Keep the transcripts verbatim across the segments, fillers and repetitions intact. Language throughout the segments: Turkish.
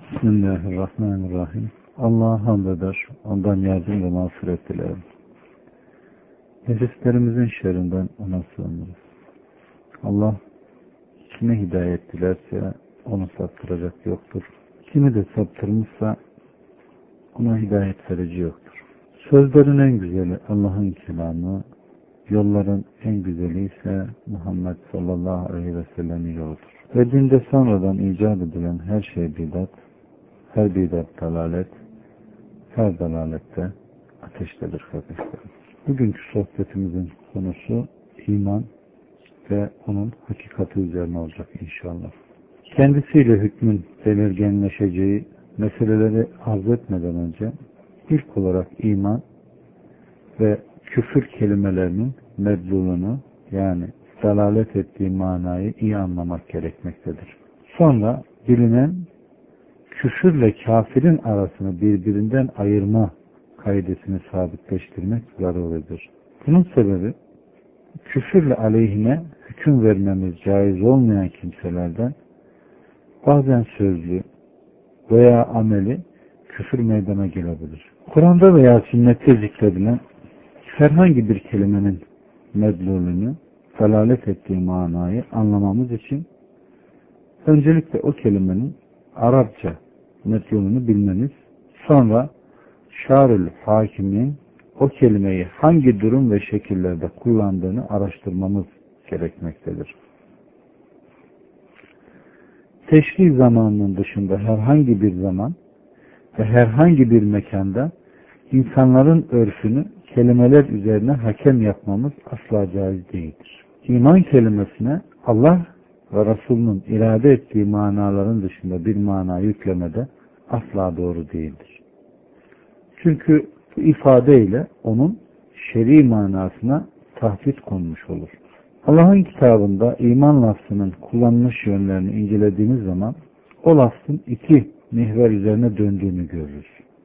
Bismillahirrahmanirrahim. Allah'a hamd eder, ondan yardım ve mağfiret dilerim. Nefislerimizin şerrinden ona sığınırız. Allah kime hidayet dilerse onu saptıracak yoktur. Kimi de saptırmışsa ona hidayet verici yoktur. Sözlerin en güzeli Allah'ın kelamı, yolların en güzeli ise Muhammed sallallahu aleyhi ve sellem'in yoludur. Ve dinde sonradan icat edilen her şey bidat, her bidat dalalet, her dalalette ateştedir kardeşlerim. Bugünkü sohbetimizin konusu iman ve onun hakikati üzerine olacak inşallah. Kendisiyle hükmün belirginleşeceği meseleleri arz etmeden önce ilk olarak iman ve küfür kelimelerinin medlulunu yani dalalet ettiği manayı iyi anlamak gerekmektedir. Sonra bilinen küfürle kafirin arasını birbirinden ayırma kaidesini sabitleştirmek zaruridir. Bunun sebebi küfürle aleyhine hüküm vermemiz caiz olmayan kimselerden bazen sözlü veya ameli küfür meydana gelebilir. Kur'an'da veya sünnette zikredilen herhangi bir kelimenin medlulünü, dalalet ettiği manayı anlamamız için öncelikle o kelimenin Arapça medlulünü bilmemiz, sonra şarül hakimin o kelimeyi hangi durum ve şekillerde kullandığını araştırmamız gerekmektedir. Teşrih zamanının dışında herhangi bir zaman ve herhangi bir mekanda insanların örfünü kelimeler üzerine hakem yapmamız asla caiz değildir. İman kelimesine Allah ve Resulünün irade ettiği manaların dışında bir mana yüklemede asla doğru değildir. Çünkü bu ifadeyle onun şer'i manasına tahdit konmuş olur. Allah'ın kitabında iman lafzının kullanılış yönlerini incelediğimiz zaman o lafzın iki mihver üzerine döndüğünü görürüz.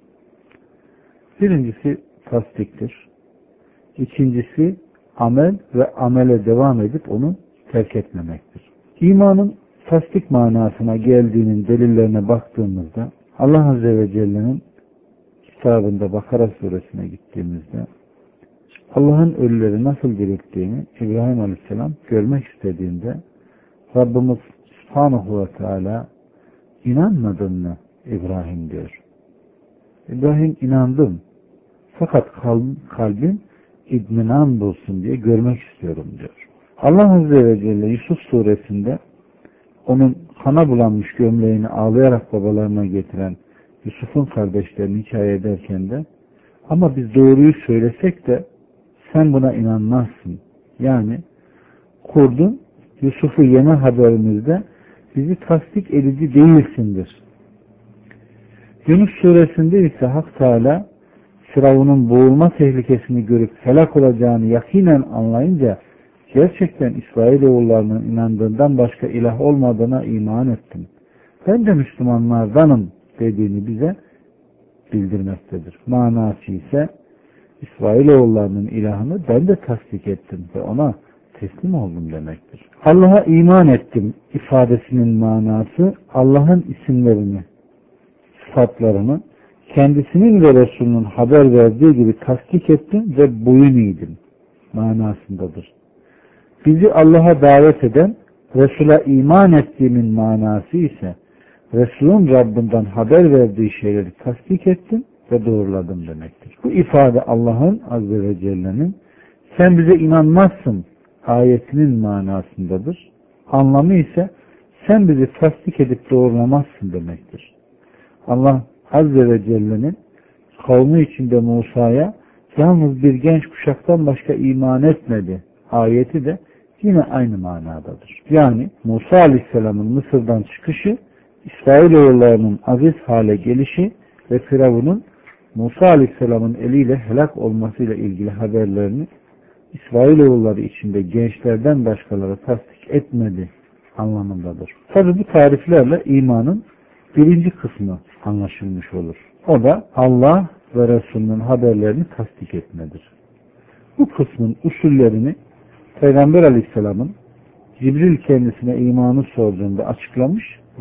Birincisi tasdiktir. İkincisi amel ve amele devam edip onu terk etmemektir. İmanın tasdik manasına geldiğinin delillerine baktığımızda Allah Azze ve Celle'nin kitabında Bakara suresine gittiğimizde Allah'ın ölüleri nasıl dirilttiğini İbrahim Aleyhisselam görmek istediğinde Rabbimiz Subhanahu ve Teala inanmadın mı İbrahim diyor. İbrahim inandım. Fakat kalbim idminan bulsun diye görmek istiyorum diyor. Allah Azze ve Celle Yusuf suresinde onun kana bulanmış gömleğini ağlayarak babalarına getiren Yusuf'un kardeşlerini hikaye ederken de ama biz doğruyu söylesek de sen buna inanmazsın. Yani kurdun Yusuf'u yeme haberimizde bizi tasdik edici değilsindir. Yunus suresinde ise Hak Teala Firavun'un boğulma tehlikesini görüp helak olacağını yakinen anlayınca gerçekten İsrailoğullarının inandığından başka ilah olmadığına iman ettim. Ben de Müslümanlardanım dediğini bize bildirmektedir. Manası ise İsrailoğullarının ilahını ben de tasdik ettim ve ona teslim oldum demektir. Allah'a iman ettim ifadesinin manası Allah'ın isimlerini, sıfatlarını kendisinin ve Resulünün haber verdiği gibi tasdik ettim ve boyun eğdim manasındadır. Bizi Allah'a davet eden Resul'a iman ettiğimin manası ise Resul'ün Rabbinden haber verdiği şeyleri tasdik ettim ve doğruladım demektir. Bu ifade Allah'ın Azze ve Celle'nin sen bize inanmazsın ayetinin manasındadır. Anlamı ise sen bizi tasdik edip doğrulamazsın demektir. Allah Azze ve Celle'nin kavmi içinde Musa'ya yalnız bir genç kuşaktan başka iman etmedi ayeti de yine aynı manadadır. Yani Musa Aleyhisselam'ın Mısır'dan çıkışı, İsrailoğullarının aziz hale gelişi ve Firavun'un Musa Aleyhisselam'ın eliyle helak olmasıyla ilgili haberlerini İsrailoğulları içinde gençlerden başkaları tasdik etmedi anlamındadır. Tabi bu tariflerle imanın birinci kısmı anlaşılmış olur. O da Allah ve Resulünün haberlerini tasdik etmedir. Bu kısmın usullerini Peygamber Aleyhisselam'ın Cibril kendisine imanı sorduğunda açıklamış ve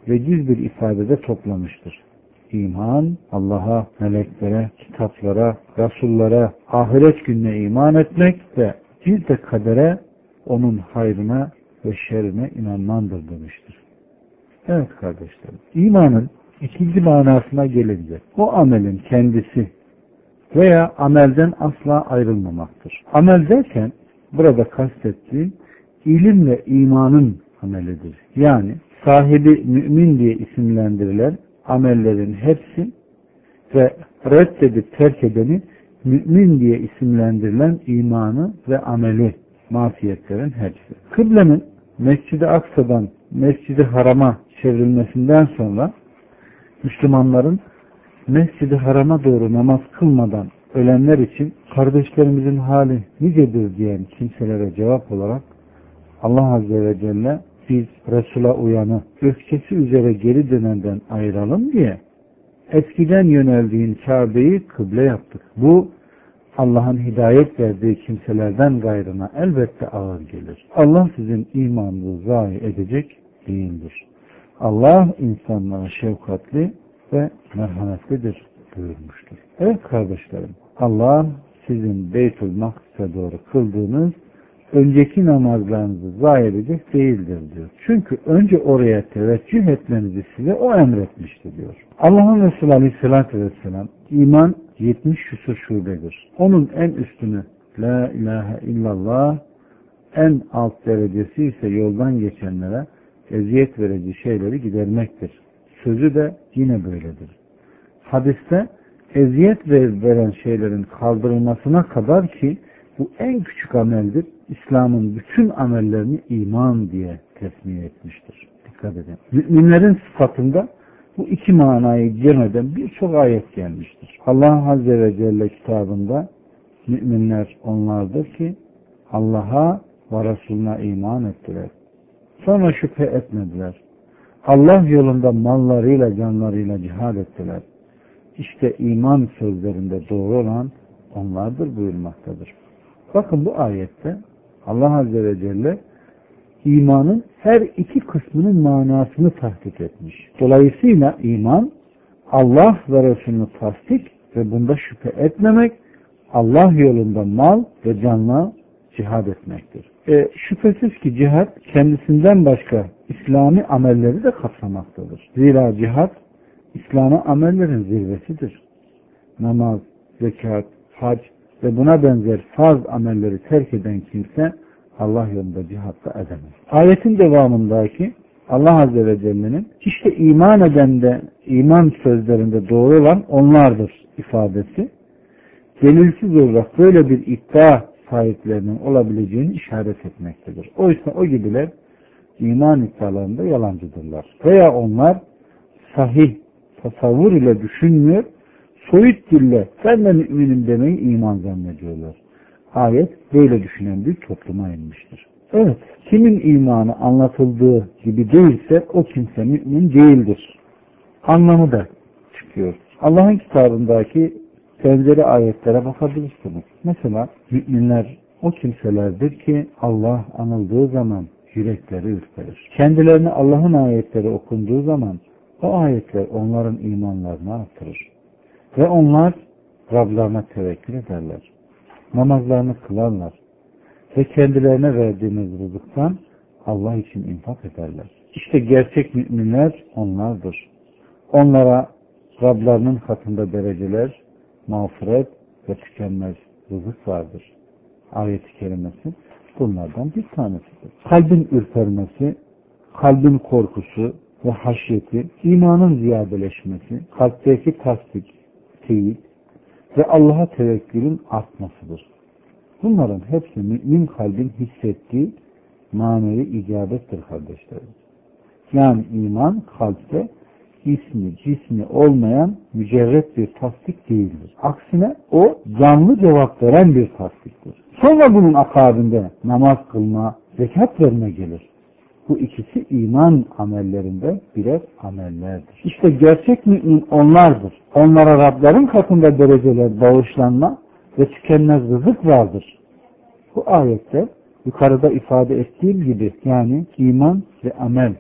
veciz bir ifadede toplamıştır. İman, Allah'a, meleklere, kitaplara, Resullara, ahiret gününe iman etmek ve bir de kadere, onun hayrına ve şerrine inanmandır demiştir. Evet kardeşlerim, imanın ikinci manasına gelince, o amelin kendisi veya amelden asla ayrılmamaktır. Amel derken, burada kastettiğim, ilimle imanın amelidir. Yani sahibi mümin diye isimlendirilen amellerin hepsi ve reddedip terk edeni mümin diye isimlendirilen imanı ve ameli, masiyetlerin hepsi. Kıblenin Mescid-i Aksa'dan Mescid-i Haram'a çevrilmesinden sonra Müslümanların Mescid-i Haram'a doğru namaz kılmadan ölenler için kardeşlerimizin hali nicedir diyen kimselere cevap olarak Allah Azze ve Celle biz Resul'a uyanı öfkesi üzere geri dönenden ayıralım diye eskiden yöneldiğin Kabe'yi kıble yaptık. Bu Allah'ın hidayet verdiği kimselerden gayrına elbette ağır gelir. Allah sizin imanınızı zayi edecek değildir. Allah insanlara şefkatli ve merhametlidir buyurmuştur. Evet kardeşlerim, Allah sizin Beytül Makdis'e doğru kıldığınız önceki namazlarınızı zayi edecek değildir diyor. Çünkü önce oraya teveccüh etmenizi size o emretmişti diyor. Allah'ın Resulü Aleyhisselatü Vesselam iman yetmiş küsur şubedir. Onun en üstünü La ilahe illallah, en alt derecesi ise yoldan geçenlere eziyet verici şeyleri gidermektir. Sözü de yine böyledir. Hadiste eziyet veren şeylerin kaldırılmasına kadar ki bu en küçük ameldir. İslam'ın bütün amellerini iman diye tesmiye etmiştir. Dikkat edin. Müminlerin sıfatında bu iki manayı cem eden birçok ayet gelmiştir. Allah Azze ve Celle kitabında müminler onlardır ki Allah'a ve Resulüne iman ettiler. Sonra şüphe etmediler. Allah yolunda mallarıyla canlarıyla cihad ettiler. İşte iman sözlerinde doğru olan onlardır buyurmaktadır. Bakın bu ayette Allah Azze ve Celle imanın her iki kısmının manasını tahkik etmiş. Dolayısıyla iman Allah ve Resulünü tasdik ve bunda şüphe etmemek, Allah yolunda mal ve canla cihad etmektir. E, şüphesiz ki cihad kendisinden başka İslami amelleri de kapsamaktadır. Zira cihad İslami amellerin zirvesidir. Namaz, zekat, hac ve buna benzer farz amelleri terk eden kimse Allah yolunda cihatta edemez. Ayetin devamındaki Allah Azze ve Celle'nin işte iman eden de iman sözlerinde doğru olan onlardır ifadesi delilsiz olarak böyle bir iddia sahiplerinin olabileceğini işaret etmektedir. Oysa o gibiler iman iddialarında yalancıdırlar. Veya onlar sahih tasavvur ile düşünmüyor, soyut dille ben de müminim demeyi iman zannediyorlar. Ayet böyle düşünen bir topluma inmiştir. Evet, kimin imanı anlatıldığı gibi değilse o kimse mümin değildir. Anlamı da çıkıyor. Allah'ın kitabındaki benzeri ayetlere bakabilirsiniz. Mesela müminler o kimselerdir ki Allah anıldığı zaman yürekleri ürperir. Kendilerine Allah'ın ayetleri okunduğu zaman o ayetler onların imanlarını artırır. Ve onlar Rablarına tevekkül ederler. Namazlarını kılarlar. Ve kendilerine verdiğimiz rızıktan Allah için infak ederler. İşte gerçek müminler onlardır. Onlara Rablarının katında dereceler, mağfiret ve tükenmez rızık vardır. Ayet-i kerimesi bunlardan bir tanesidir. Kalbin ürpermesi, kalbin korkusu ve haşyeti, imanın ziyadeleşmesi, kalpteki tasdik, teyit ve Allah'a tevekkülün artmasıdır. Bunların hepsi mümin kalbin hissettiği manevi icabettir kardeşlerim. Yani iman kalpte ismi, cismi olmayan mücerret bir tasdik değildir. Aksine o canlı cevap veren bir tasdiktir. Sonra bunun akabinde namaz kılma, zekat verme gelir. Bu ikisi iman amellerinde birer amellerdir. İşte gerçek mümin onlardır. Onlara Rabların katında dereceler, bağışlanma ve tükenmez rızık vardır. Bu ayette yukarıda ifade ettiğim gibi yani iman ve amel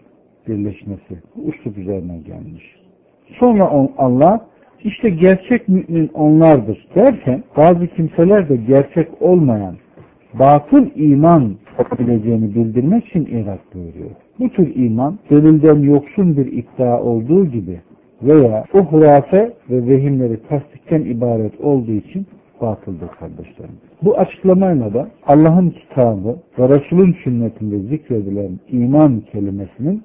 birleşmesi. Bu üslup üzerine gelmiş. Sonra on, Allah işte gerçek mümin onlardır derken bazı kimseler de gerçek olmayan batıl iman olabileceğini bildirmek için irad buyuruyor. Bu tür iman delilden yoksun bir iddia olduğu gibi veya o hurafe ve vehimleri tasdikten ibaret olduğu için batıldır kardeşlerim. Bu açıklamayla da Allah'ın kitabı ve Resul'ün sünnetinde zikredilen iman kelimesinin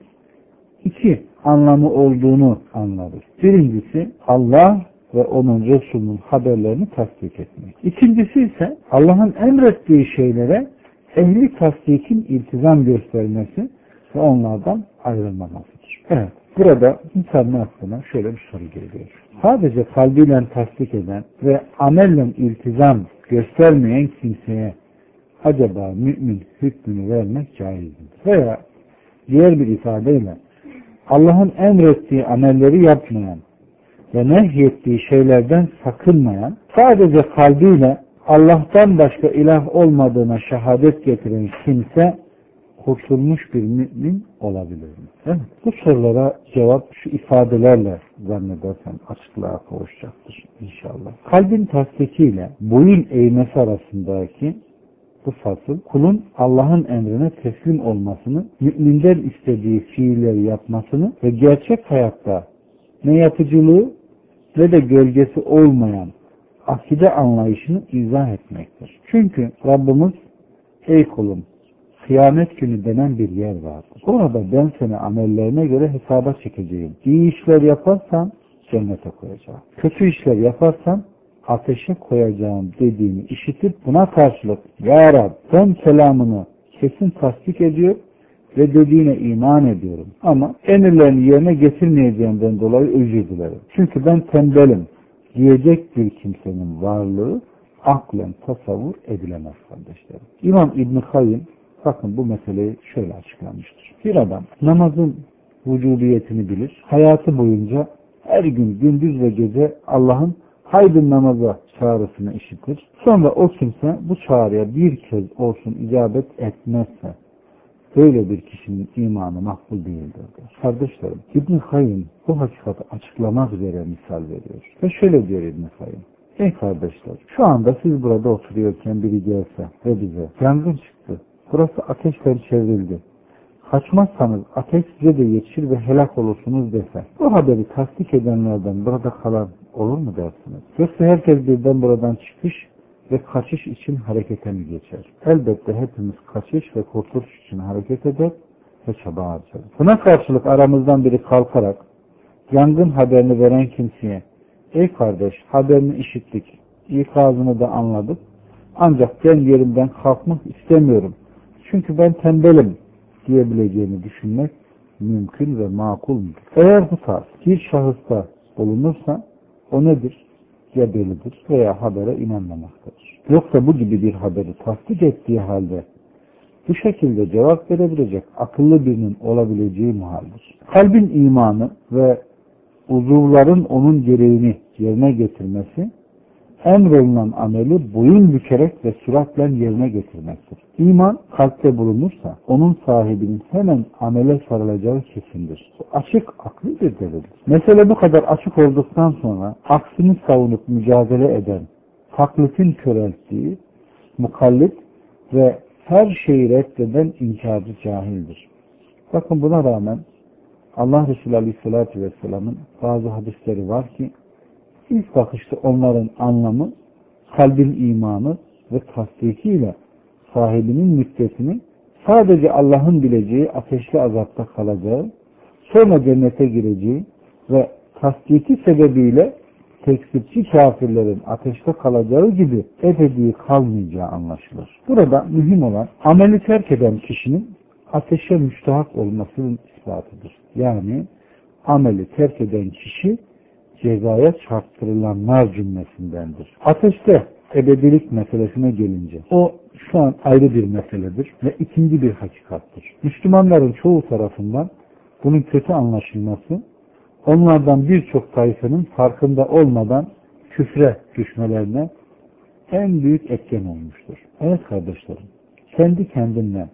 iki anlamı olduğunu anlarız. Birincisi Allah ve onun Resulünün haberlerini tasdik etmek. İkincisi ise Allah'ın emrettiği şeylere ehli tasdikin iltizam göstermesi ve onlardan ayrılmamasıdır. Evet, burada insanın aklına şöyle bir soru geliyor. Sadece kalbiyle tasdik eden ve amelle iltizam göstermeyen kimseye acaba mümin hükmünü vermek caiz midir? Veya diğer bir ifadeyle Allah'ın emrettiği amelleri yapmayan ve nehyettiği şeylerden sakınmayan, sadece kalbiyle Allah'tan başka ilah olmadığına şehadet getiren kimse kurtulmuş bir mümin olabilir mi? Değil mi? Bu sorulara cevap şu ifadelerle zannedersem açıklığa kavuşacaktır inşallah. Kalbin tasdikiyle boyun eğmesi arasındaki bu fasıl, kulun Allah'ın emrine teslim olmasını, müminden istediği fiilleri yapmasını ve gerçek hayatta ne yapıcılığı ve de gölgesi olmayan akide anlayışını izah etmektir. Çünkü Rabbimiz, ey kulum, kıyamet günü denen bir yer vardır. Orada ben seni amellerine göre hesaba çekeceğim. İyi işler yaparsan cennete koyacağım. Kötü işler yaparsan ateşe koyacağım dediğini işitip buna karşılık ya Rab ben kelamını kesin tasdik ediyor ve dediğine iman ediyorum. Ama emirlerini yerine getirmeyeceğimden dolayı özür dilerim. Çünkü ben tembelim diyecek bir kimsenin varlığı aklen tasavvur edilemez kardeşlerim. İmam İbn-i Kayyim bakın bu meseleyi şöyle açıklamıştır. Bir adam namazın vücubiyetini bilir. Hayatı boyunca her gün gündüz ve gece Allah'ın haydi namaza çağrısını işitir. Sonra o kimse bu çağrıya bir kez olsun icabet etmezse böyle bir kişinin imanı makbul değildir. Kardeşlerim, İbn-i Kayyim bu hakikati açıklamak üzere misal veriyor. Ve şöyle diyor İbn-i Kayyim. Ey kardeşler, şu anda siz burada oturuyorken biri gelse ve bize yangın çıktı. Burası ateşten çevrildi. Kaçmazsanız ateş size de yetişir ve helak olursunuz dese. Bu haberi tasdik edenlerden burada kalan olur mu dersiniz? Yoksa herkes birden buradan çıkış ve kaçış için harekete mi geçer? Elbette hepimiz kaçış ve kurtuluş için hareket eder ve çaba harcarız. Buna karşılık aramızdan biri kalkarak yangın haberini veren kimseye ey kardeş haberini işittik, ikazını da anladık ancak ben yerimden kalkmak istemiyorum. Çünkü ben tembelim diyebileceğini düşünmek mümkün ve makul mudur? Eğer bu tarz bir şahısta bulunursa o nedir? Ya delidir veya habere inanmamaktadır. Yoksa bu gibi bir haberi tasdik ettiği halde bu şekilde cevap verebilecek akıllı birinin olabileceği muhaldir. Kalbin imanı ve uzuvların onun gereğini yerine getirmesi, emrolunan ameli boyun bükerek ve süratle yerine getirmektir. İman kalpte bulunursa onun sahibinin hemen amele sarılacağı kesindir. Bu açık aklı bir delildir. Mesele bu kadar açık olduktan sonra aksini savunup mücadele eden, taklitin körelttiği, mukallit ve her şeyi reddeden inkarcı cahildir. Bakın buna rağmen Allah Resulü Aleyhisselatü Vesselam'ın bazı hadisleri var ki İlk bakışta onların anlamı, kalbin imanı ve tasdikiyle sahibinin müddetini sadece Allah'ın bileceği ateşli azapta kalacağı, sonra cennete gireceği ve tasdiki sebebiyle tekzipçi kafirlerin ateşte kalacağı gibi ebedi kalmayacağı anlaşılır. Burada mühim olan ameli terk eden kişinin ateşe müstahak olmasının ispatıdır. Yani ameli terk eden kişi cezaya çarptırılanlar cümlesindendir. Ateşte ebedilik meselesine gelince o şu an ayrı bir meseledir ve ikinci bir hakikattır. Müslümanların çoğu tarafından bunun kötü anlaşılması onlardan birçok tayfenin farkında olmadan küfre düşmelerine en büyük etken olmuştur. Evet kardeşlerim, kendi kendinle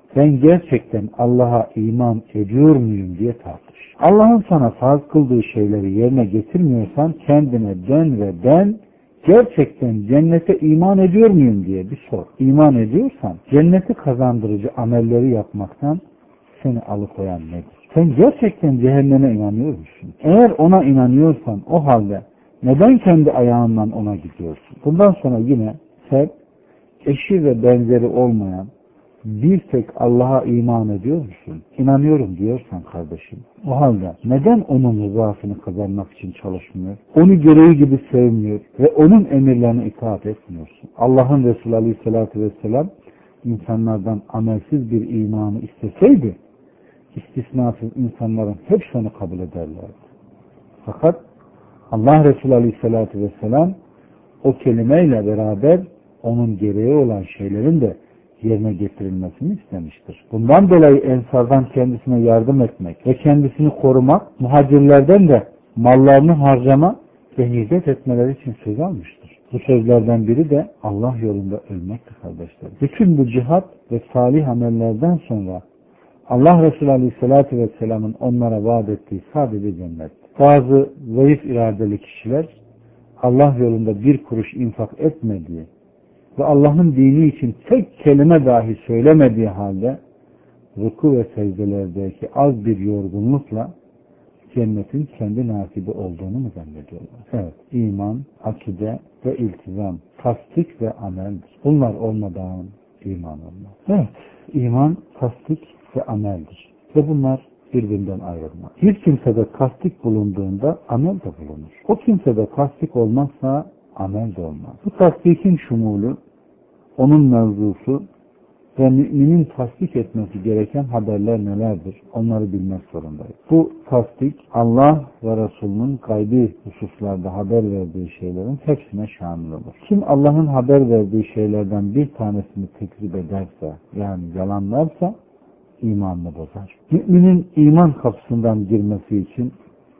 ben gerçekten Allah'a iman ediyor muyum diye tartış. Allah'ın sana farz kıldığı şeyleri yerine getirmiyorsan kendine dön ve ben gerçekten cennete iman ediyor muyum diye bir sor. İman ediyorsan cenneti kazandırıcı amelleri yapmaktan seni alıkoyan nedir? Sen gerçekten cehenneme inanıyor musun? Eğer ona inanıyorsan o halde neden kendi ayağından ona gidiyorsun? Bundan sonra yine sen eşi ve benzeri olmayan bir tek Allah'a iman ediyor musun? İnanıyorum diyorsan kardeşim, o halde neden onun rızasını kazanmak için çalışmıyor? Onu gereği gibi sevmiyor ve onun emirlerine itaat etmiyorsun. Allah'ın Resulü Aleyhisselatü Vesselam insanlardan amelsiz bir imanı isteseydi, istisnasız insanların hepsini kabul ederlerdi. Fakat Allah Resulü Aleyhisselatü Vesselam o kelimeyle beraber onun gereği olan şeylerin de yerine getirilmesini istemiştir. Bundan dolayı Ensar'dan kendisine yardım etmek ve kendisini korumak, muhacirlerden de mallarını harcama ve hizmet etmeleri için söz almıştır. Bu sözlerden biri de Allah yolunda ölmektir kardeşler. Bütün bu cihat ve salih amellerden sonra Allah Resulü Aleyhisselatü Vesselam'ın onlara vaat ettiği sadece cennet. Bazı zayıf iradeli kişiler Allah yolunda bir kuruş infak etmediği ve Allah'ın dini için tek kelime dahi söylemediği halde ruku ve secdelerdeki az bir yorgunlukla cennetin kendi nasibi olduğunu mu zannediyorlar? Evet, iman, akide ve iltizam, tasdik ve ameldir. Bunlar olmadan iman olmaz. Evet, iman, tasdik ve ameldir. Ve bunlar birbirinden ayrılmaz. Bir kimsede tasdik bulunduğunda amel de bulunur. O kimsede tasdik olmazsa amel de olmaz. Bu tasdikin şumulu, onun mevzusu ve müminin tasdik etmesi gereken haberler nelerdir? Onları bilmek zorundayız. Bu tasdik Allah ve Resulünün gaybi hususlarda haber verdiği şeylerin hepsine şamil olur. Kim Allah'ın haber verdiği şeylerden bir tanesini tekzip ederse, yani yalanlarsa imanını bozar. Müminin iman kapısından girmesi için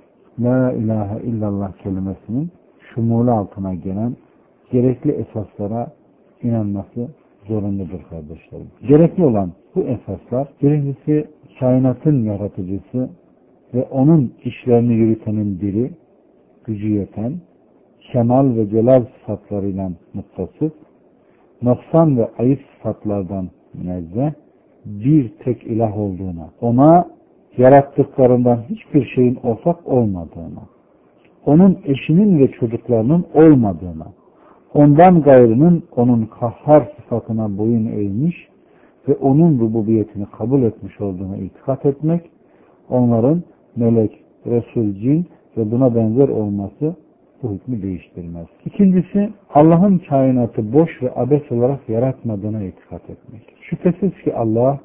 La ilahe illallah kelimesinin şumulu altına gelen gerekli esaslara inanması zorunludur kardeşlerim. Gerekli olan bu esaslar, birincisi kainatın yaratıcısı ve onun işlerini yürütenin biri, gücü yeten, kemal ve celal sıfatlarıyla muttasıf, noksan ve ayıp sıfatlardan münezzeh, bir tek ilah olduğuna, ona yarattıklarından hiçbir şeyin ortak olmadığına, onun eşinin ve çocuklarının olmadığına, ondan gayrının onun kahhar sıfatına boyun eğmiş ve onun rububiyetini kabul etmiş olduğuna itikat etmek, onların melek, resul, cin ve buna benzer olması bu hükmü değiştirmez. İkincisi, Allah'ın kainatı boş ve abes olarak yaratmadığına itikat etmek. Şüphesiz ki Allah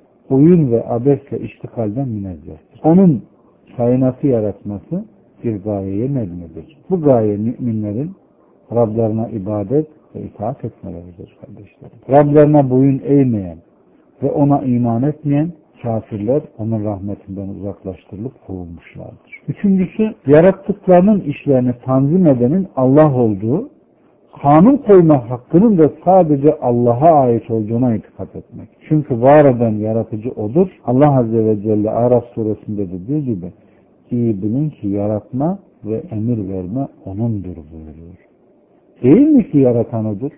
oyun ve abesle iştigalden münezzehtir. Onun kainatı yaratması bir gayeye mebnidir. Bu gaye müminlerin Rablarına ibadet ve itaat etmeleridir kardeşlerim. Rablarına boyun eğmeyen ve ona iman etmeyen kafirler onun rahmetinden uzaklaştırılıp kovulmuşlardır. Üçüncüsü, yarattıklarının işlerini tanzim edenin Allah olduğu, kanun koyma hakkının da sadece Allah'a ait olduğuna itikat etmek. Çünkü var eden yaratıcı odur. Allah Azze ve Celle Araf suresinde dediği gibi, iyi bilin ki yaratma ve emir verme O'nundur buyuruyor. Değil mi ki yaratan odur?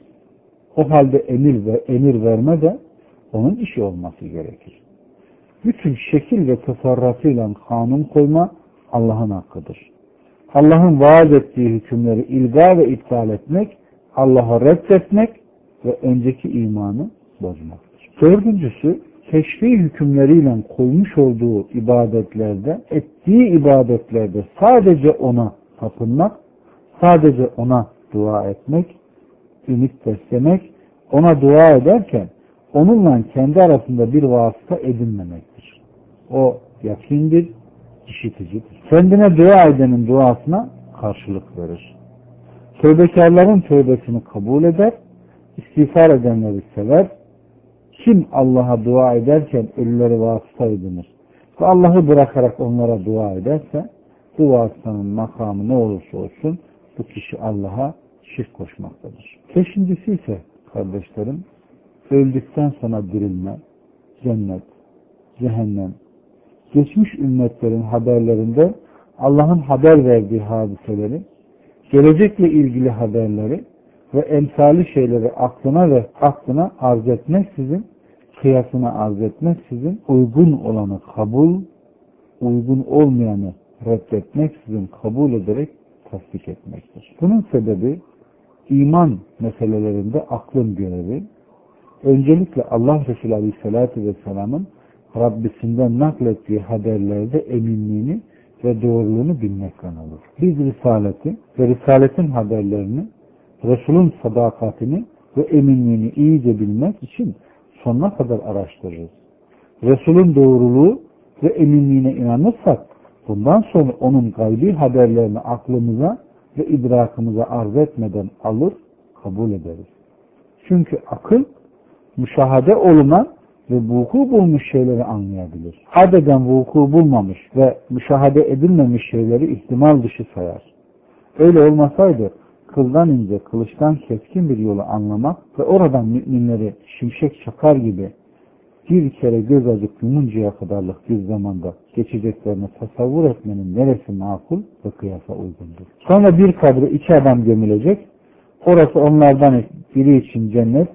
O halde emir ve emir verme de onun işi olması gerekir. Bütün şekil ve tasarrufuyla kanun koyma Allah'ın hakkıdır. Allah'ın vaaz ettiği hükümleri ilga ve iptal etmek, Allah'a reddetmek ve önceki imanı bozmaktır. Dördüncüsü, teşri hükümleriyle koymuş olduğu ibadetlerde, ettiği ibadetlerde sadece ona tapınmak, sadece ona dua etmek, ümit beslemek, ona dua ederken onunla kendi arasında bir vasıta edinmemektir. O yakindir, işiticidir. Kendine dua edenin duasına karşılık verir. Tövbekarların tövbesini kabul eder, istiğfar edenleri sever. Kim Allah'a dua ederken ölüleri vasıta edinir ve Allah'ı bırakarak onlara dua ederse, bu vasıtanın makamı ne olursa olsun bu kişi Allah'a şirk koşmaktadır. Beşincisi ise kardeşlerim, öldükten sonra dirilme, cennet, cehennem, geçmiş ümmetlerin haberlerinde Allah'ın haber verdiği hadiseleri, gelecekle ilgili haberleri ve emsali şeyleri aklına ve aklına arz etmeksizin, kıyasına arz etmeksizin, uygun olanı kabul, uygun olmayanı reddetmeksizin kabul ederek tasdik etmektir. Bunun sebebi iman meselelerinde aklın görevi, öncelikle Allah Resulü Aleyhisselatü Vesselam'ın Rabbisinden naklettiği haberlerde eminliğini ve doğruluğunu bilmekten olur. Biz Risaleti ve Risaletin haberlerini, Resul'ün sadakatini ve eminliğini iyice bilmek için sonuna kadar araştırırız. Resul'ün doğruluğu ve eminliğine inanırsak, bundan sonra onun gaybi haberlerini aklımıza ve idrakımıza arz etmeden alır, kabul ederiz. Çünkü akıl, müşahede olunan ve vuku bulmuş şeyleri anlayabilir. Adeden vuku bulmamış ve müşahede edilmemiş şeyleri ihtimal dışı sayar. Öyle olmasaydı, kıldan ince, kılıçtan keskin bir yolu anlamak ve oradan müminleri şimşek çakar gibi bir kere göz acık yumuncaya kadarlık bir zamanda geçeceklerini tasavvur etmenin neresi makul ve kıyasa uygundur. Sonra bir kabre iki adam gömülecek. Orası onlardan biri için cennet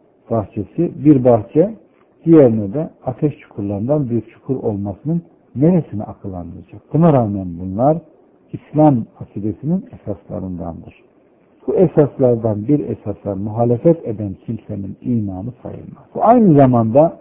bahçesi, bir bahçe, diğerine de ateş çukurlarından bir çukur olmasının neresini akıl anlayacak? Buna rağmen bunlar İslam akidesinin esaslarındandır. Bu esaslardan bir esasa muhalefet eden kimsenin imanı sayılmaz. Bu aynı zamanda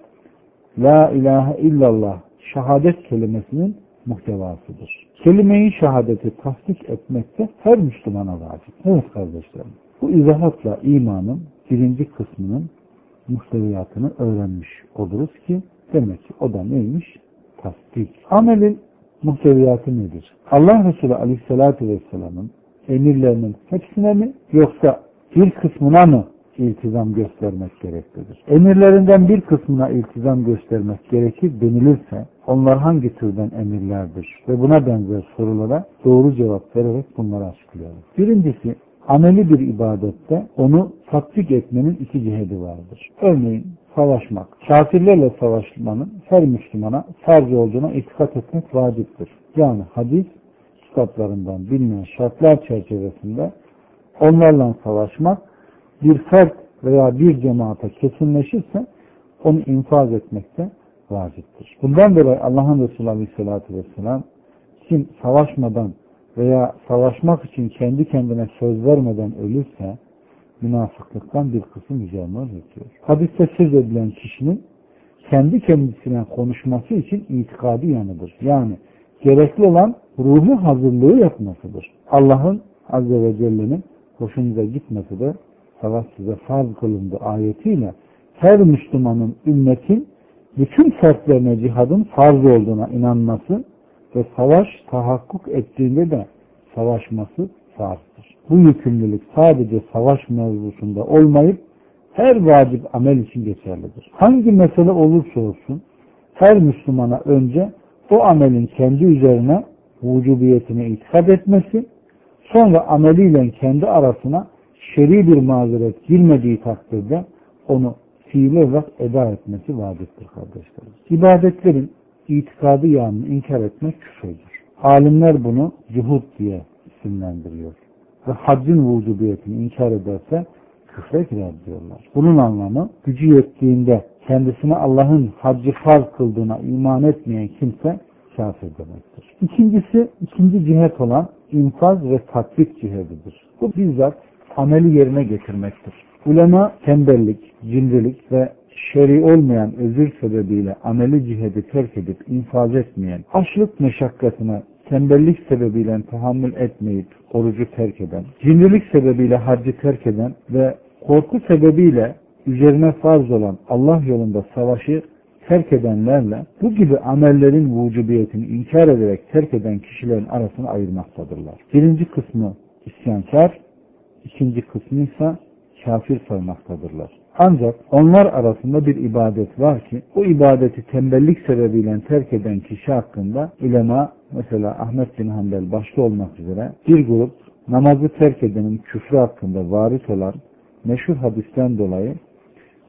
La ilahe illallah şehadet kelimesinin muhtevasıdır. Kelime-i şehadeti tasdik etmekte her Müslümana vacip. Evet kardeşlerim, bu izahatla imanın birinci kısmının muhteviyatını öğrenmiş oluruz ki demek ki o da neymiş? Tasdik. Amelin muhteviyatı nedir? Allah Resulü Aleyhisselatü Vesselam'ın emirlerinin hepsine mi yoksa bir kısmına mı iltizam göstermek gereklidir? Emirlerinden bir kısmına iltizam göstermek gerekir denilirse onlar hangi türden emirlerdir ve buna benzer sorulara doğru cevap vererek bunları açıklayalım. Birincisi, ameli bir ibadette onu tatbik etmenin iki ciheti vardır. Örneğin savaşmak. Kafirlerle savaşmanın her Müslümana farz olduğuna itikat etmek vaciptir. Yani hadis kitaplarından bilinen şartlar çerçevesinde onlarla savaşmak bir fert veya bir cemaate kesinleşirse onu infaz etmekte vaciptir. Bundan dolayı Allah'ın Resulü Aleyhisselatü Vesselam kim savaşmadan veya savaşmak için kendi kendine söz vermeden ölürse münafıklıktan bir kısım üzerine ötüyor. Hadiste söz edilen kişinin kendi kendisine konuşması için itikadi yanıdır. Yani gerekli olan ruhu hazırlığı yapmasıdır. Allah'ın Azze ve Celle'nin hoşunuza gitmesi de savaş size farz kılındı ayetiyle her Müslümanın ümmetin bütün fertlerine cihadın farz olduğuna inanması ve savaş tahakkuk ettiğinde de savaşması farzdır. Bu yükümlülük sadece savaş mevzusunda olmayıp her vacip amel için geçerlidir. Hangi mesele olursa olsun her Müslümana önce o amelin kendi üzerine vücubiyetine itikad etmesi, sonra ameliyle kendi arasına şer'i bir mazeret girmediği takdirde onu fiil olarak eda etmesi vaciptir kardeşlerim. İbadetlerin itikadı yanını inkar etmek küfürdür. Alimler bunu cuhud diye isimlendiriyor. Ve haccın vücubiyetini inkar ederse küfre girer diyorlar. Bunun anlamı gücü yettiğinde kendisine Allah'ın haccı farz kıldığına iman etmeyen kimse kafir demektir. İkincisi, ikinci cihet olan infaz ve tatbik cihetidir. Bu bizzat ameli yerine getirmektir. Ulema tembellik, cimrilik ve şer'i olmayan özür sebebiyle ameli ciheti terk edip infaz etmeyen, açlık meşakkatine tembellik sebebiyle tahammül etmeyip orucu terk eden, cimrilik sebebiyle haccı terk eden ve korku sebebiyle üzerine farz olan Allah yolunda savaşı terk edenlerle bu gibi amellerin vücubiyetini inkar ederek terk eden kişilerin arasını ayırmaktadırlar. Birinci kısmı isyankar, ikinci kısmı ise kafir saymaktadırlar. Ancak onlar arasında bir ibadet var ki o ibadeti tembellik sebebiyle terk eden kişi hakkında ulema, mesela Ahmet bin Hanbel başta olmak üzere bir grup namazı terk edenin küfrü hakkında varit olan meşhur hadisten dolayı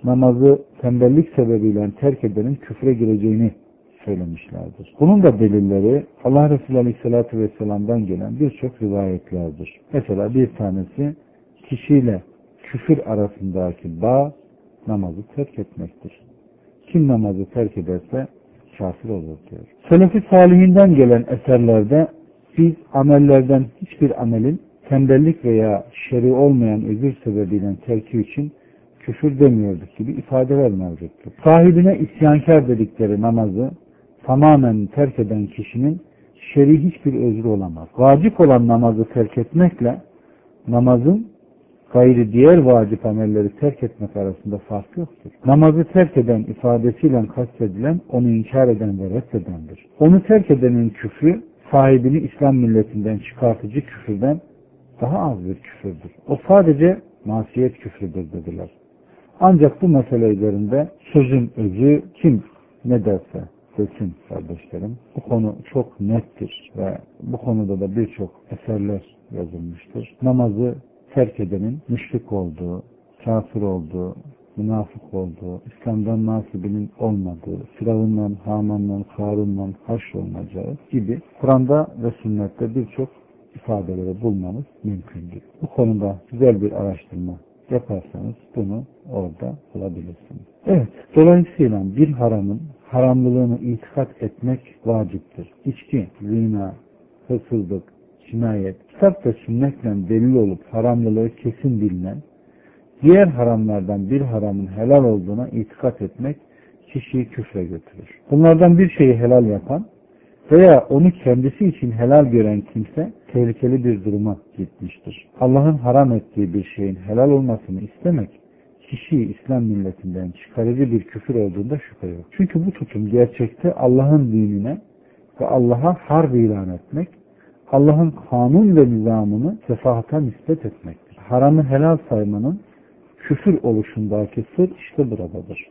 namazı tembellik sebebiyle terk edenin küfre gireceğini söylemişlerdir. Bunun da delilleri Allah Resulü Aleyhisselatü Vesselam'dan gelen birçok rivayetlerdir. Mesela bir tanesi kişiyle küfür arasındaki bağ namazı terk etmektir. Kim namazı terk ederse kafir olur diyor. Selefi salihinden gelen eserlerde biz amellerden hiçbir amelin tembellik veya şer'i olmayan özür sebebiyle terki için küfür demiyorduk gibi ifadeler mevcuttur. Sahibine isyankar dedikleri namazı tamamen terk eden kişinin şer'i hiçbir özrü olamaz. Vacip olan namazı terk etmekle namazın gayri diğer vacip amelleri terk etmek arasında fark yoktur. Namazı terk eden ifadesiyle kastedilen onu inkar eden ve reddedendir. Onu terk edenin küfrü sahibini İslam milletinden çıkartıcı küfürden daha az bir küfürdür. O sadece masiyet küfrüdür dediler. Ancak bu mesele üzerinde sözün özü kim ne derse desin kardeşlerim. Bu konu çok nettir ve bu konuda da birçok eserler yazılmıştır. Namazı terk edenin müşrik olduğu, kafir olduğu, münafık olduğu, İslam'dan nasibinin olmadığı, Firavun'dan, Haman'dan, Karun'dan haşrolunacağı gibi Kur'an'da ve sünnette birçok ifadeleri bulmanız mümkündür. Bu konuda güzel bir araştırma yaparsanız bunu orada bulabilirsiniz. Evet, dolayısıyla bir haramın haramlılığını itikat etmek vaciptir. İçki, zina, hırsızlık, cinayet, kitap ve sünnetle delil olup haramlılığı kesin bilinen, diğer haramlardan bir haramın helal olduğuna itikat etmek kişiyi küfre götürür. Bunlardan bir şeyi helal yapan veya onu kendisi için helal gören kimse tehlikeli bir duruma gitmiştir. Allah'ın haram ettiği bir şeyin helal olmasını istemek kişiyi İslam milletinden çıkarıcı bir küfür olduğunda şüphe yok. Çünkü bu tutum gerçekte Allah'ın dinine ve Allah'a harp ilan etmek, Allah'ın kanun ve nizamını sefahata nispet etmektir. Haramı helal saymanın küfür oluşundaki sır işte buradadır.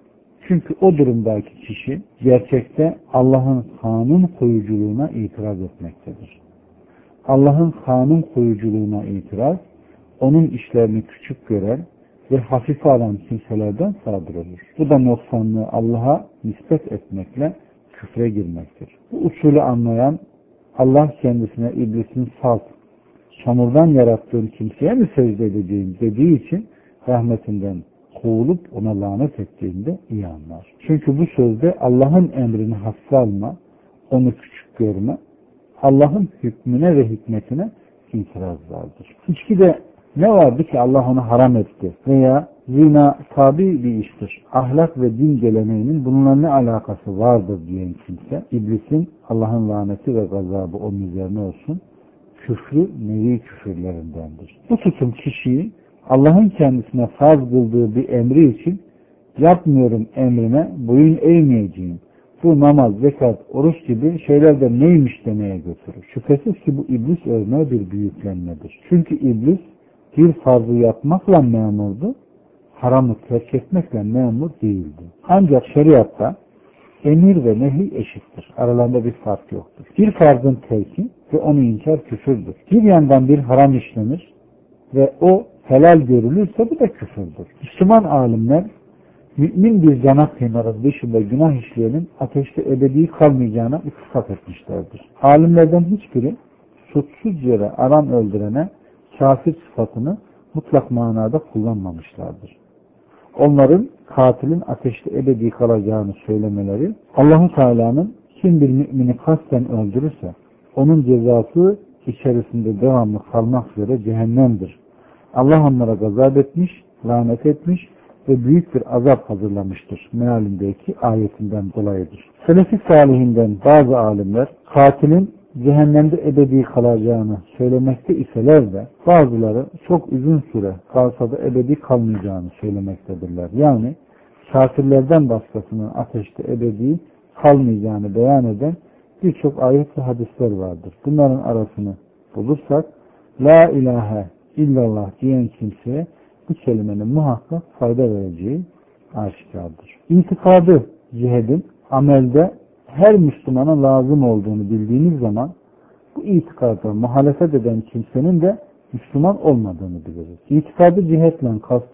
Çünkü o durumdaki kişi gerçekte Allah'ın kanun koyuculuğuna itiraz etmektedir. Allah'ın kanun koyuculuğuna itiraz, onun işlerini küçük gören ve hafife alan kimselerden sadır olur. Bu da noksanlığı Allah'a nispet etmekle küfre girmektir. Bu usulü anlayan Allah kendisine iblisin salt, çamurdan yarattığın kimseye mi secde edeceğim dediği için rahmetinden kovulup ona lanet ettiğinde iyi anlar. Çünkü bu sözde Allah'ın emrini hafife alma, onu küçük görme, Allah'ın hükmüne ve hikmetine itiraz vardır. İçkide ne vardı ki Allah onu haram etti veya zina tabi bir iştir, ahlak ve din geleneğinin bununla ne alakası vardır diyen kimse, iblisin Allah'ın laneti ve gazabı onun üzerine olsun, küfrü nevi küfürlerindendir. Bu tutum kişiyi Allah'ın kendisine farz kıldığı bir emri için yapmıyorum emrine boyun eğmeyeceğim, bu namaz, zekat, oruç gibi şeyler de neymiş demeye götürür. Şüphesiz ki bu iblis örneği bir büyüklenmedir. Çünkü iblis bir farzı yapmakla memurdu, haramı terk etmekle memur değildi. Ancak şeriatta emir ve nehi eşittir. Aralarında bir fark yoktur. Bir farzın terki ve onu inkar küfürdür. Bir yandan bir haram işlenir ve o helal görülürse bu da küfürdür. Müslüman alimler mümin bir cana kıymarın dışında günah işleyenin ateşte ebedi kalmayacağına ittifak etmişlerdir. Alimlerden hiçbiri suçsuz yere adam öldürene kafir sıfatını mutlak manada kullanmamışlardır. Onların katilin ateşte ebedi kalacağını söylemeleri, Allah-u Teala'nın kim bir mümini kasten öldürürse onun cezası içerisinde devamlı kalmak üzere cehennemdir. Allah onlara gazap etmiş, lanet etmiş ve büyük bir azap hazırlamıştır mealindeki ayetinden dolayıdır. Selefi salihinden bazı alimler katilin cehennemde ebedi kalacağını söylemekte iseler de bazıları çok uzun süre kalsa da ebedi kalmayacağını söylemektedirler. Yani kafirlerden başkasının ateşte ebedi kalmayacağını beyan eden birçok ayet ve hadisler vardır. Bunların arasını bulursak La ilahe illallah diyen kimseye bu kelimenin muhakkak fayda vereceği aşikardır. İtikadı cihedin amelde her Müslümana lazım olduğunu bildiğiniz zaman bu itikada muhalefet eden kimsenin de Müslüman olmadığını biliriz. İtikadı cihetle kastım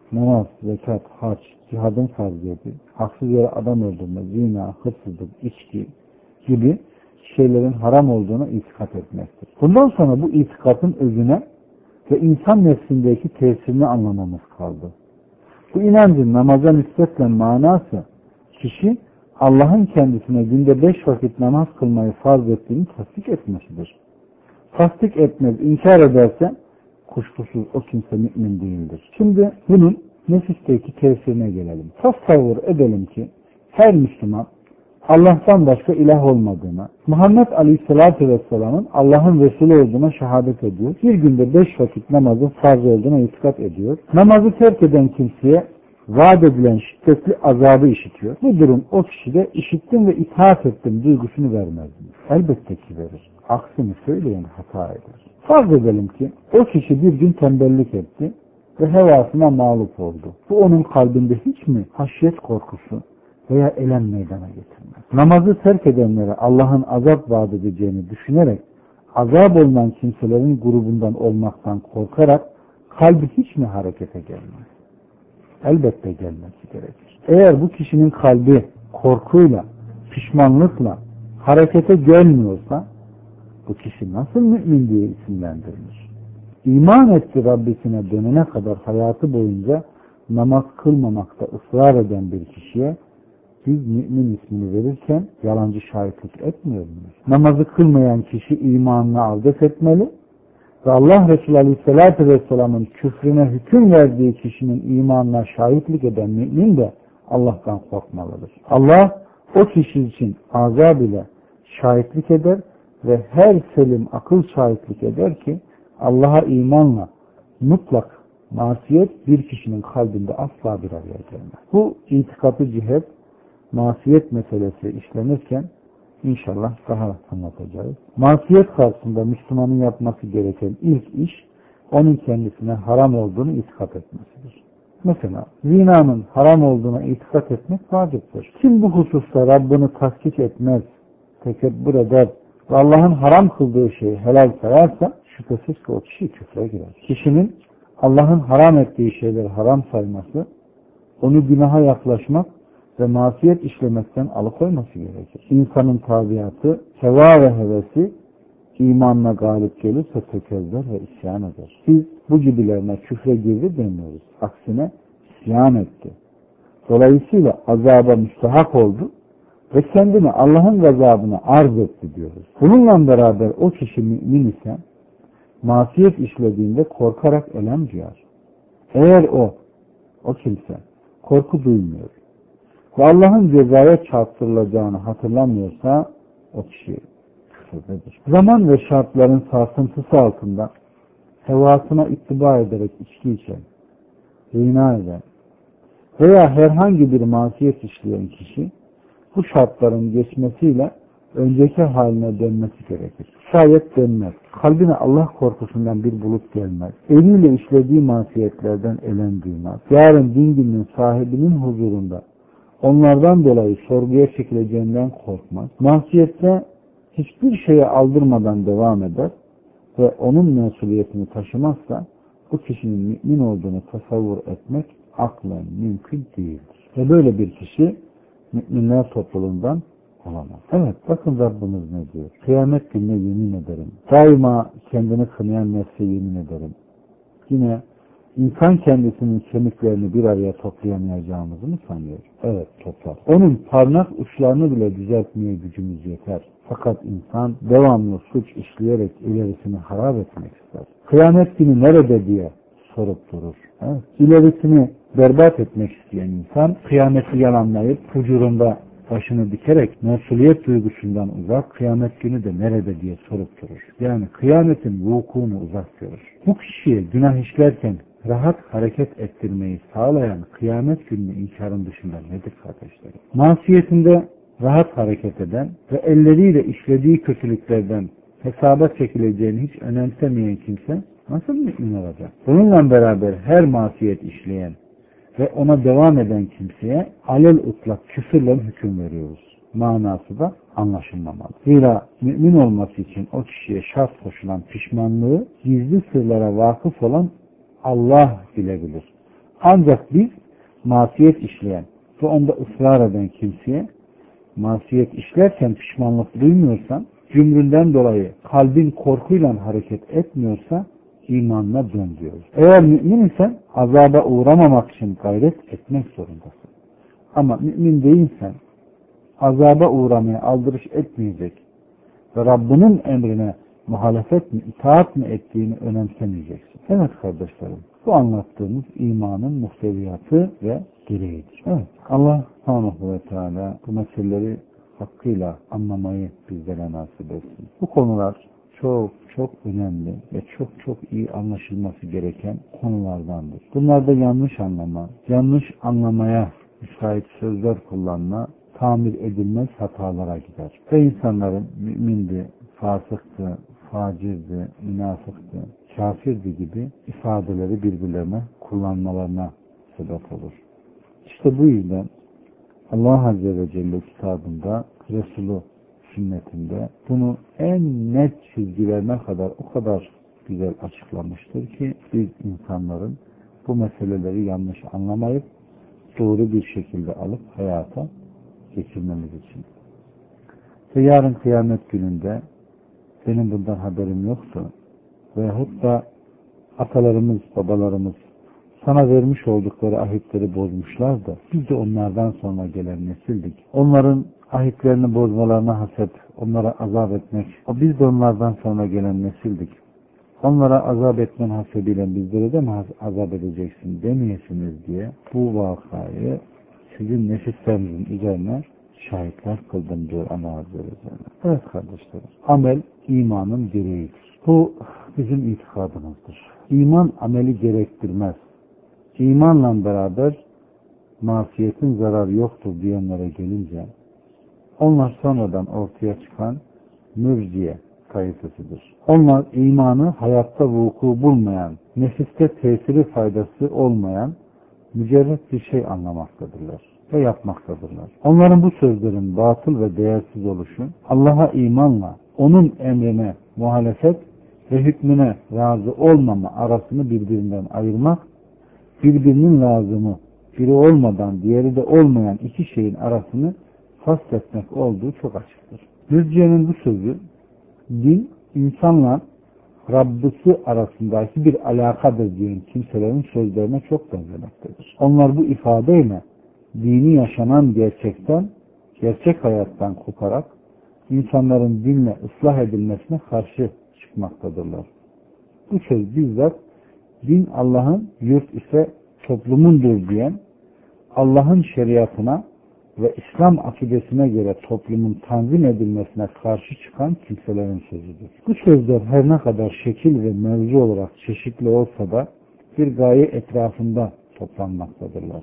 namaz, zekat, hac, cihadın farziyeti, haksız yere adam öldürme, zina, hırsızlık, içki gibi şeylerin haram olduğuna itikat etmektir. Bundan sonra bu itikatın özüne ve insan nefsindeki tesirini anlamamız kaldı. Bu inancın namaza nispetle manası, kişi Allah'ın kendisine günde beş vakit namaz kılmayı farz ettiğini tasdik etmesidir. Tasdik etmez, inkar ederse kuşkusuz o kimse mümin değildir. Şimdi bunun nefisteki tesirine gelelim. Tasavvur edelim ki her Müslüman Allah'tan başka ilah olmadığına, Muhammed Aleyhisselatü Vesselam'ın Allah'ın Resulü olduğuna şehadet ediyor. Bir günde beş vakit namazın farz olduğuna itikat ediyor. Namazı terk eden kimseye vaat edilen şiddetli azabı işitiyor. Bu durum o kişide işittim ve itaat ettim duygusunu vermez mi? Elbette ki verir. Aksini söyleyen hata eder. Farz edelim ki o kişi bir gün tembellik etti ve hevasına mağlup oldu. Bu onun kalbinde hiç mi haşyet korkusu veya elem meydana getirmez? Namazı terk edenlere Allah'ın azap vaat edeceğini düşünerek azap olunan kimselerin grubundan olmaktan korkarak kalbi hiç mi harekete gelmez? Elbette gelmesi gerekir. Eğer bu kişinin kalbi korkuyla, pişmanlıkla harekete gelmiyorsa bu kişi nasıl mümin diye isimlendirilir? İman etti Rabbisine dönene kadar hayatı boyunca namaz kılmamakta ısrar eden bir kişiye biz mümin ismini verirken yalancı şahitlik etmiyor muyuz? Namazı kılmayan kişi imanını avdet etmeli ve Allah Resulü Aleyhisselatü Vesselam'ın küfrüne hüküm verdiği kişinin imanına şahitlik eden mümin de Allah'tan korkmalıdır. Allah o kişi için azab ile şahitlik eder ve her selim akıl şahitlik eder ki Allah'a imanla mutlak masiyet bir kişinin kalbinde asla bir araya gelmez. Bu itikatı cihet, masiyet meselesi işlenirken İnşallah daha anlatacağız. Masiyet karşısında Müslümanın yapması gereken ilk iş, onun kendisine haram olduğunu itikat etmesidir. Mesela zinanın haram olduğuna itikat etmek vaciptir. Kim bu hususta Rabbini tasdik etmez, tekebbür eder ve Allah'ın haram kıldığı şeyi helal sayarsa şüphesiz ki o kişi küfre girer. Kişinin Allah'ın haram ettiği şeyleri haram sayması, onu günaha yaklaşmak ve masiyet işlemekten alıkoyması gerekir. İnsanın tabiatı, heva ve hevesi imanla galip gelirse tekezzer ve isyan eder. Biz bu gibilerine küfre girdi demiyoruz. Aksine isyan etti. Dolayısıyla azaba müstahak oldu ve kendini Allah'ın gazabına arz etti diyoruz. Bununla beraber o kişi mümin ise masiyet işlediğinde korkarak elem duyar. Eğer o, o kimse korku duymuyor ve Allah'ın cezaya çarptırılacağını hatırlamıyorsa o kişi küfürdedir. Zaman ve şartların sarsıntısı altında hevasına ittiba ederek içki içen, zina eden veya herhangi bir masiyet işleyen kişi bu şartların geçmesiyle önceki haline dönmesi gerekir. Şayet dönmez, kalbine Allah korkusundan bir bulut gelmez, eliyle işlediği masiyetlerden elem duymaz, yarın din gününün sahibinin huzurunda onlardan dolayı sorguya çekileceğinden korkmaz, masiyette hiçbir şeye aldırmadan devam eder ve onun mesuliyetini taşımazsa bu kişinin mümin olduğunu tasavvur etmek aklen mümkün değildir. Ve böyle bir kişi müminler topluluğundan olamaz. Evet, bakın Rabbimiz ne diyor? Kıyamet gününe yemin ederim. Daima kendini kınayan nefse yemin ederim. Yine insan kendisinin kemiklerini bir araya toplayamayacağımızı mı sanıyor? Evet, toplar. Onun parmak uçlarını bile düzeltmeye gücümüz yeter. Fakat insan devamlı suç işleyerek ilerisini harap etmek ister. Kıyamet günü nerede diye sorup durur. Evet. İlerisini berbat etmek isteyen insan kıyameti yalanlayıp fucurunda başını dikerek mesuliyet duygusundan uzak, kıyamet günü de nerede diye sorup durur. Yani kıyametin vukuunu uzak görür. Bu kişiye günah işlerken rahat hareket ettirmeyi sağlayan kıyamet gününü inkarın dışında nedir kardeşlerim? Masiyetinde rahat hareket eden ve elleriyle işlediği kötülüklerden hesaba çekileceğini hiç önemsemeyen kimse nasıl mümin olacak? Bununla beraber her masiyet işleyen ve ona devam eden kimseye alel utlak küfürle hüküm veriyoruz. Manası da anlaşılmamalı. Zira mümin olması için o kişiye şart koşulan pişmanlığı gizli sırlara vakıf olan Allah bilebilir. Ancak biz masiyet işleyen ve onda ısrar eden kimseye masiyet işlerken pişmanlık duymuyorsan, cümründen dolayı kalbin korkuyla hareket etmiyorsa imanına dön diyoruz. Eğer mümin isen azaba uğramamak için gayret etmek zorundasın. Ama mümin değilsen azaba uğramaya aldırış etmeyecek ve Rabbinin emrine muhalefet mi, itaat mi ettiğini önemsemeyeceksin. Evet kardeşlerim, bu anlattığımız imanın muhteviyatı ve gereğidir. Evet, Allah subhanahu ve teala bu meseleleri hakkıyla anlamayı bizlere nasip etsin. Bu konular çok çok önemli ve çok çok iyi anlaşılması gereken konulardandır. Bunlarda yanlış anlama, yanlış anlamaya müsait sözler kullanma, tamir edilmez hatalara gider. Ve insanların mümindi, fasıktı, facirdi, münafıktı, kafirdi gibi ifadeleri birbirlerine kullanmalarına sebep olur. İşte bu yüzden Allah Azze ve Celle kitabında, Resulü sünnetinde bunu en net çizgilerine kadar o kadar güzel açıklamıştır ki biz insanların bu meseleleri yanlış anlamayıp doğru bir şekilde alıp hayata geçirmemiz için. Ve yarın kıyamet gününde benim bundan haberim yoktu veyahut da atalarımız, babalarımız sana vermiş oldukları ahitleri bozmuşlar da biz de onlardan sonra gelen nesildik. Onların ahitlerini bozmalarına hasep, onlara azap etmek, o biz de onlardan sonra gelen nesildik. Onlara azap etmen hasebiyle bizlere de mi azap edeceksin demeyesiniz diye bu vakayı sizin nefislerinizin üzerine şahitler kıldım diyor Allah Azze ve Celle. Evet kardeşlerim, amel imanın gereğidir. Bu bizim itikadımızdır. İman ameli gerektirmez. İmanla beraber masiyetin zararı yoktur diyenlere gelince onlar sonradan ortaya çıkan mürciye tayfasıdır. Onlar imanı hayatta vuku bulmayan, nefiste tesiri faydası olmayan mücerret bir şey anlamaktadırlar ve yapmaktadırlar. Onların bu sözlerin batıl ve değersiz oluşu Allah'a imanla onun emrine muhalefet ve hükmüne razı olmama arasını birbirinden ayırmak, birbirinin lazımı biri olmadan diğeri de olmayan iki şeyin arasını fasletmek olduğu çok açıktır. Mürciye'nin bu sözü din insanla Rabbisi arasındaki bir alakadır diyen kimselerin sözlerine çok benzemektedir. Onlar bu ifadeyle dini yaşanan gerçekten, gerçek hayattan koparak insanların dinle ıslah edilmesine karşı çıkmaktadırlar. Bu söz bizzat din Allah'ın, yurt ise toplumundur diyen, Allah'ın şeriatına ve İslam akidesine göre toplumun tanzim edilmesine karşı çıkan kimselerin sözüdür. Bu sözler her ne kadar şekil ve mevzu olarak çeşitli olsa da bir gaye etrafında toplanmaktadırlar.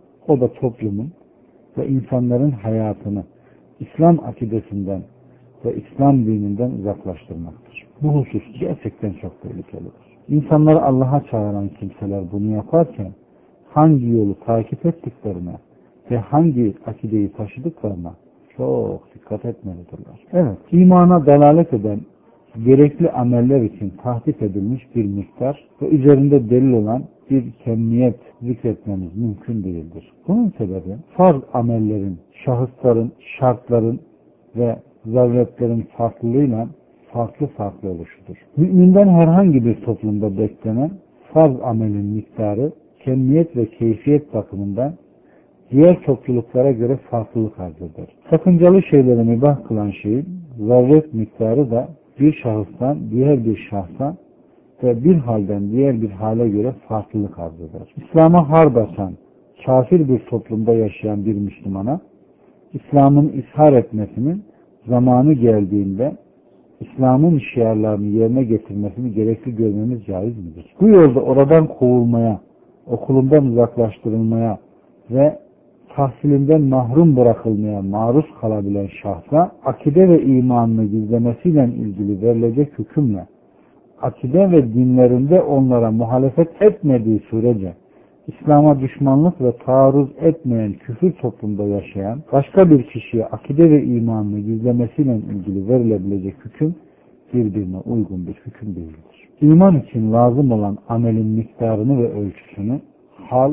O da toplumun ve insanların hayatını İslam akidesinden ve İslam dininden uzaklaştırmaktır. Bu husus gerçekten çok tehlikelidir. İnsanları Allah'a çağıran kimseler bunu yaparken hangi yolu takip ettiklerine ve hangi akideyi taşıdıklarına çok dikkat etmelidirler. Evet, imana dalalet eden gerekli ameller için tahdit edilmiş bir miktar ve üzerinde delil olan bir kemiyet zikretmemiz mümkün değildir. Bunun sebebi farz amellerin, şahısların, şartların ve zaruretlerin farklılığıyla farklı farklı oluşudur. Müminden herhangi bir toplumda beklenen farz amelin miktarı, kemiyet ve keyfiyet bakımından diğer topluluklara göre farklılık arz eder. Sakıncalı şeyleri mübah kılan şeyin zaruret miktarı da bir şahıstan diğer bir şahsa ve bir halden diğer bir hale göre farklılık arz eder. İslam'a harp atan, kafir bir toplumda yaşayan bir Müslümana İslam'ın ishar etmesinin zamanı geldiğinde İslam'ın şiarlarını yerine getirmesini gerekli görmemiz caiz midir? Bu yolda oradan kovulmaya, okulundan uzaklaştırılmaya ve tahsilinden mahrum bırakılmaya maruz kalabilen şahsa akide ve imanını gizlemesiyle ilgili verilecek hükümle akide ve dinlerinde onlara muhalefet etmediği sürece İslam'a düşmanlık ve taarruz etmeyen küfür toplumda yaşayan başka bir kişiye akide ve imanını gizlemesiyle ilgili verilebilecek hüküm birbirine uygun bir hüküm değildir. İman için lazım olan amelin miktarını ve ölçüsünü hal,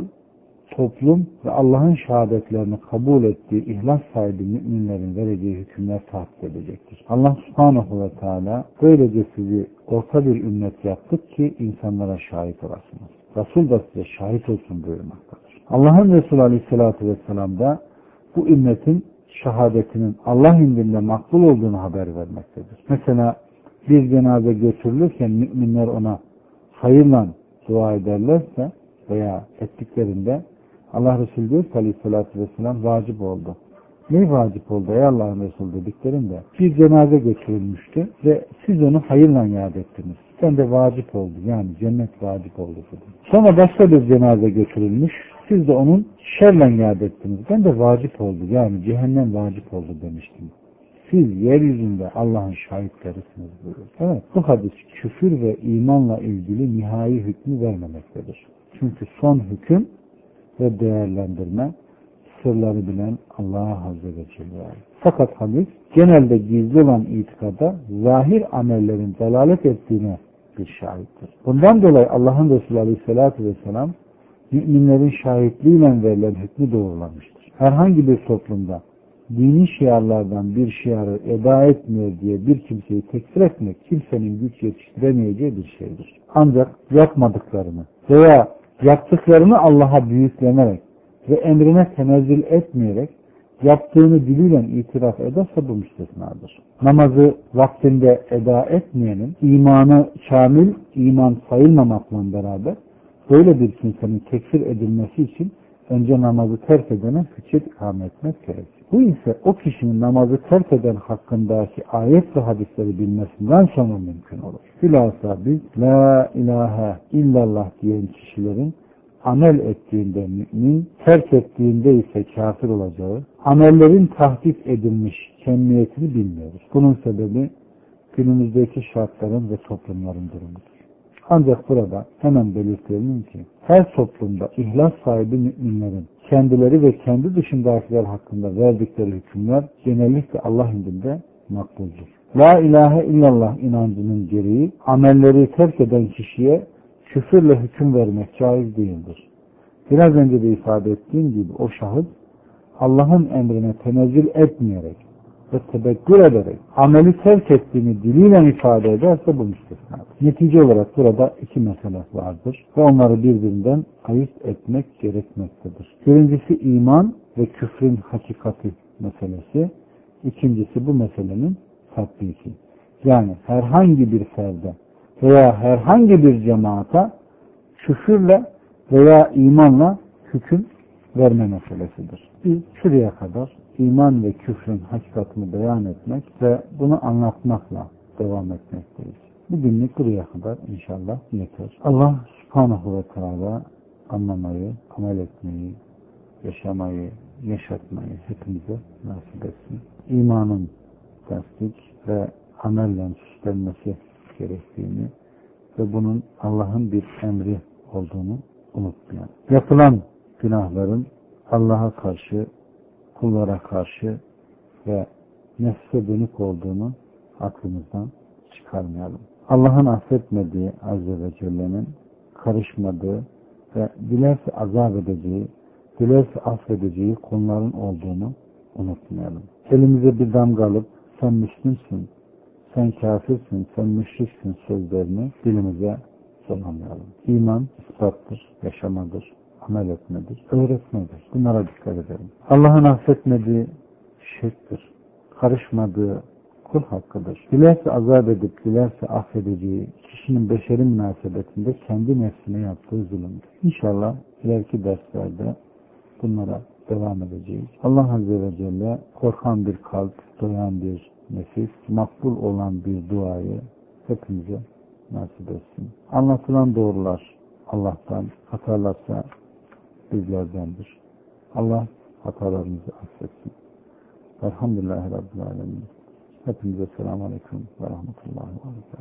toplum ve Allah'ın şehadetlerini kabul ettiği ihlas sahibi müminlerin vereceği hükümler takip edecektir. Allah subhanahu ve teala böylece sizi orta bir ümmet yaptık ki insanlara şahit olasınız. Resul da size şahit olsun buyurmaktadır. Allah'ın Resulü aleyhissalatü vesselam da bu ümmetin şehadetinin Allah indinde makbul olduğunu haber vermektedir. Mesela bir cenaze götürülürken müminler ona hayırla dua ederlerse veya ettiklerinde Allah Resulü diyor ki aleyhissalatü vesselam vacip oldu. Ne vacip oldu ey Allah'ın Resulü dediklerinde bir cenaze götürülmüştü ve siz onu hayırla yad ettiniz. Sen de vacip oldu yani cennet vacip oldu dedi. Sonra başka bir cenaze götürülmüş. Siz de onun şerle yad ettiniz. Ben de vacip oldu yani cehennem vacip oldu demiştim. Siz yeryüzünde Allah'ın şahitlerisiniz buyuruyor. Evet bu hadis küfür ve imanla ilgili nihai hükmü vermemektedir. Çünkü son hüküm ve değerlendirme sırları bilen Allah Azze ve Celle. Fakat hadis genelde gizli olan itikada zahir amellerin delalet ettiğine bir şahittir. Bundan dolayı Allah'ın Resulü Aleyhisselatü Vesselam müminlerin şahitliğiyle verilen hükmü doğrulamıştır. Herhangi bir toplumda dini şiarlardan bir şiarı eda etmiyor diye bir kimseyi tekfir etmek kimsenin güç yetiştiremeyeceği bir şeydir. Ancak yapmadıklarını veya yaptıklarını Allah'a büyüklenerek ve emrine tenezzül etmeyerek yaptığını diliyle itiraf ederse bu müstesnadır. Namazı vaktinde eda etmeyenin imanı kamil iman sayılmamakla beraber böyle bir kimsenin tekfir edilmesi için önce namazı terk edene hüccet ikame etmek gerekir. Bu ise o kişinin namazı terk eden hakkındaki ayet ve hadisleri bilmesinden sonra mümkün olur. Hülasa biz la ilahe illallah diyen kişilerin amel ettiğinde mümin, terk ettiğinde ise kafir olacağı, amellerin tahdit edilmiş kemiyetini bilmiyoruz. Bunun sebebi günümüzdeki şartların ve toplumların durumudur. Ancak burada hemen belirtelim ki her toplumda ihlas sahibi müminlerin kendileri ve kendi dışındakiler hakkında verdikleri hükümler genellikle Allah indinde makbuldür. La ilahe illallah inancının gereği amelleri terk eden kişiye küfürle hüküm vermek caiz değildir. Biraz önce de ifade ettiğim gibi o şahıs Allah'ın emrine tenezzül etmeyerek ve tebekkür ederek ameli terk ettiğini diliyle ifade ederse bu müstesnadır. Netice olarak burada iki mesele vardır ve onları birbirinden ayırt etmek gerekmektedir. Birincisi iman ve küfrün hakikati meselesi. İkincisi bu meselenin tatbiki. Yani herhangi bir ferde veya herhangi bir cemaata küfürle veya imanla hüküm verme meselesidir. Biz şuraya kadar iman ve küfrün hakikatini beyan etmek ve bunu anlatmakla devam etmekteyiz. Bugünlük buraya kadar inşallah yeter. Allah subhanahu ve teala anlamayı, amel etmeyi, yaşamayı, yaşatmayı hepimize nasip etsin. İmanın tasdik ve amelle süslenmesi gerektiğini ve bunun Allah'ın bir emri olduğunu unutmayalım. Yapılan günahların Allah'a karşı, kullara karşı ve nefse dönük olduğunu aklımızdan çıkarmayalım. Allah'ın affetmediği Azze ve Celle'nin karışmadığı ve dilerse azap edeceği, dilerse affedeceği konuların olduğunu unutmayalım. Elimize bir damga alıp sen Müslümsün, sen kafirsin, sen müşriksin sözlerini dilimize solamayalım. İman ispattır, yaşamadır, amel etmedir, öğretmedir. Bunlara dikkat edelim. Allah'ın affetmediği şirktir. Karışmadığı kul hakkıdır. Dilerse azap edip dilerse affedeceği kişinin beşeri münasebetinde kendi nefsine yaptığı zulümdür. İnşallah ileriki derslerde bunlara devam edeceğiz. Allah Azze ve Celle korkan bir kalp, doyan bir nefis, makbul olan bir duayı hepimize nasip etsin. Anlatılan doğrular Allah'tan, hatalarsa bizlerdendir. Allah hatalarımızı affetsin. Elhamdülillahi Rabbil Alemin. Hepinize selamun aleyküm ve rahmetullahi ve berekatuhu.